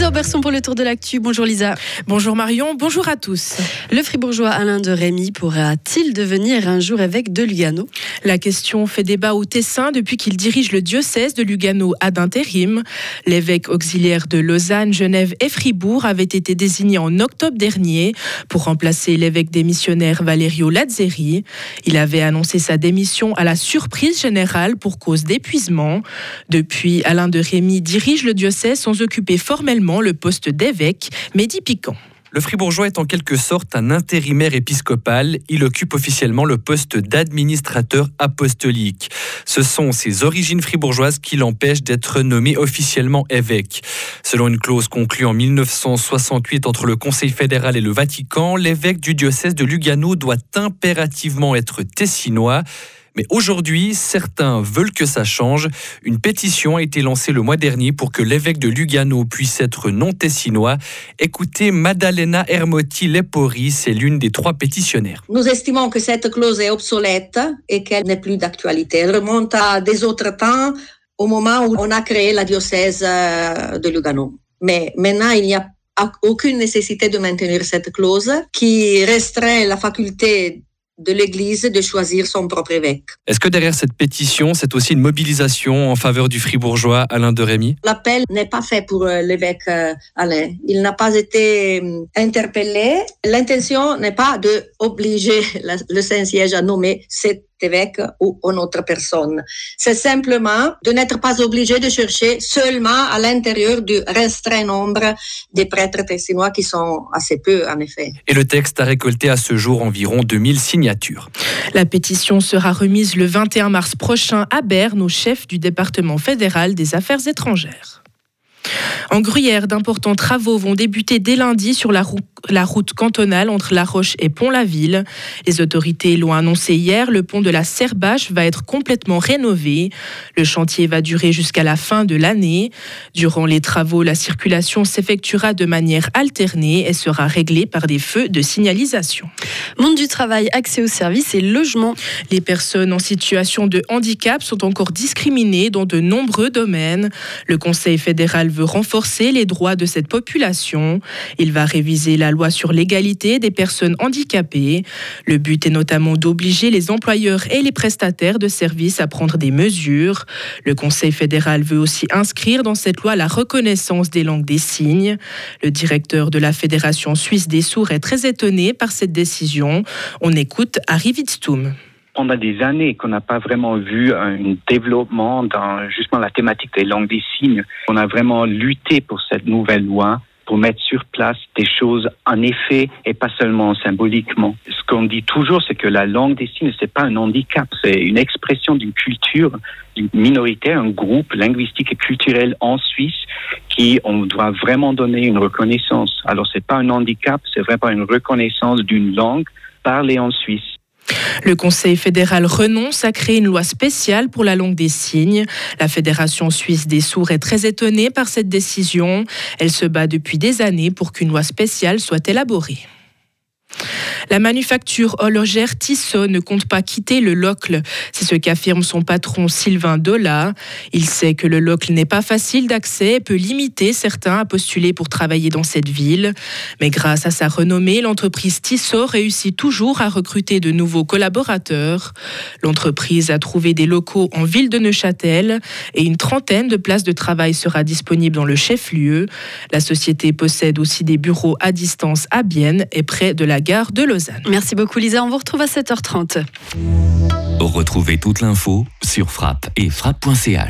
Lisa Auberson pour le tour de l'actu. Bonjour Lisa. Bonjour Marion, bonjour à tous. Le fribourgeois Alain de Rémy pourra-t-il devenir un jour évêque de Lugano ? La question fait débat au Tessin depuis qu'il dirige le diocèse de Lugano ad intérim. L'évêque auxiliaire de Lausanne, Genève et Fribourg avait été désigné en octobre dernier pour remplacer l'évêque démissionnaire Valerio Lazzeri. Il avait annoncé sa démission à la surprise générale pour cause d'épuisement. Depuis, Alain de Rémy dirige le diocèse sans occuper formellement le poste d'évêque, mais dit piquant. Le fribourgeois est en quelque sorte un intérimaire épiscopal. Il occupe officiellement le poste d'administrateur apostolique. Ce sont ses origines fribourgeoises qui l'empêchent d'être nommé officiellement évêque. Selon une clause conclue en 1968 entre le Conseil fédéral et le Vatican, l'évêque du diocèse de Lugano doit impérativement être tessinois. Mais aujourd'hui, certains veulent que ça change. Une pétition a été lancée le mois dernier pour que l'évêque de Lugano puisse être non tessinois. Écoutez Maddalena Ermotti Lepori, c'est l'une des 3 pétitionnaires. Nous estimons que cette clause est obsolète et qu'elle n'est plus d'actualité. Elle remonte à des autres temps, au moment où on a créé la diocèse de Lugano. Mais maintenant, il n'y a aucune nécessité de maintenir cette clause qui restreint la faculté de l'Église de choisir son propre évêque. Est-ce que derrière cette pétition, c'est aussi une mobilisation en faveur du fribourgeois Alain de Rémy ? L'appel n'est pas fait pour l'évêque Alain. Il n'a pas été interpellé. L'intention n'est pas d'obliger le Saint-Siège à nommer cet évêque ou une autre personne. C'est simplement de n'être pas obligé de chercher seulement à l'intérieur du restreint nombre des prêtres tessinois qui sont assez peu, en effet. Et le texte a récolté à ce jour environ 2000 signatures. La pétition sera remise le 21 mars prochain à Berne au chef du département fédéral des Affaires étrangères. En Gruyère, d'importants travaux vont débuter dès lundi sur la route cantonale entre La Roche et Pont-la-Ville. Les autorités l'ont annoncé hier, le pont de la Serbache va être complètement rénové. Le chantier va durer jusqu'à la fin de l'année. Durant les travaux, la circulation s'effectuera de manière alternée et sera réglée par des feux de signalisation. Monde du travail, accès aux services et logement. Les personnes en situation de handicap sont encore discriminées dans de nombreux domaines. Le Conseil fédéral veut renforcer les droits de cette population. Il va réviser la loi sur l'égalité des personnes handicapées. Le but est notamment d'obliger les employeurs et les prestataires de services à prendre des mesures. Le Conseil fédéral veut aussi inscrire dans cette loi la reconnaissance des langues des signes. Le directeur de la Fédération suisse des sourds est très étonné par cette décision. On écoute Harry Wittstoom. Pendant des années qu'on n'a pas vraiment vu un développement dans justement la thématique des langues des signes. On a vraiment lutté pour cette nouvelle loi, pour mettre sur place des choses en effet et pas seulement symboliquement. Ce qu'on dit toujours, c'est que la langue des signes, c'est pas un handicap, c'est une expression d'une culture, d'une minorité, un groupe linguistique et culturel en Suisse qui on doit vraiment donner une reconnaissance. Alors c'est pas un handicap, c'est vraiment une reconnaissance d'une langue parlée en Suisse. Le Conseil fédéral renonce à créer une loi spéciale pour la langue des signes. La Fédération suisse des sourds est très étonnée par cette décision. Elle se bat depuis des années pour qu'une loi spéciale soit élaborée. La manufacture horlogère Tissot ne compte pas quitter le Locle. C'est ce qu'affirme son patron Sylvain Dolla. Il sait que le Locle n'est pas facile d'accès et peut limiter certains à postuler pour travailler dans cette ville. Mais grâce à sa renommée, l'entreprise Tissot réussit toujours à recruter de nouveaux collaborateurs. L'entreprise a trouvé des locaux en ville de Neuchâtel et une trentaine de places de travail sera disponible dans le chef-lieu. La société possède aussi des bureaux à distance à Bienne et près de la gare de Lausanne. Merci beaucoup Lisa, on vous retrouve à 7h30. Retrouvez toute l'info sur Frappe et frappe.ch.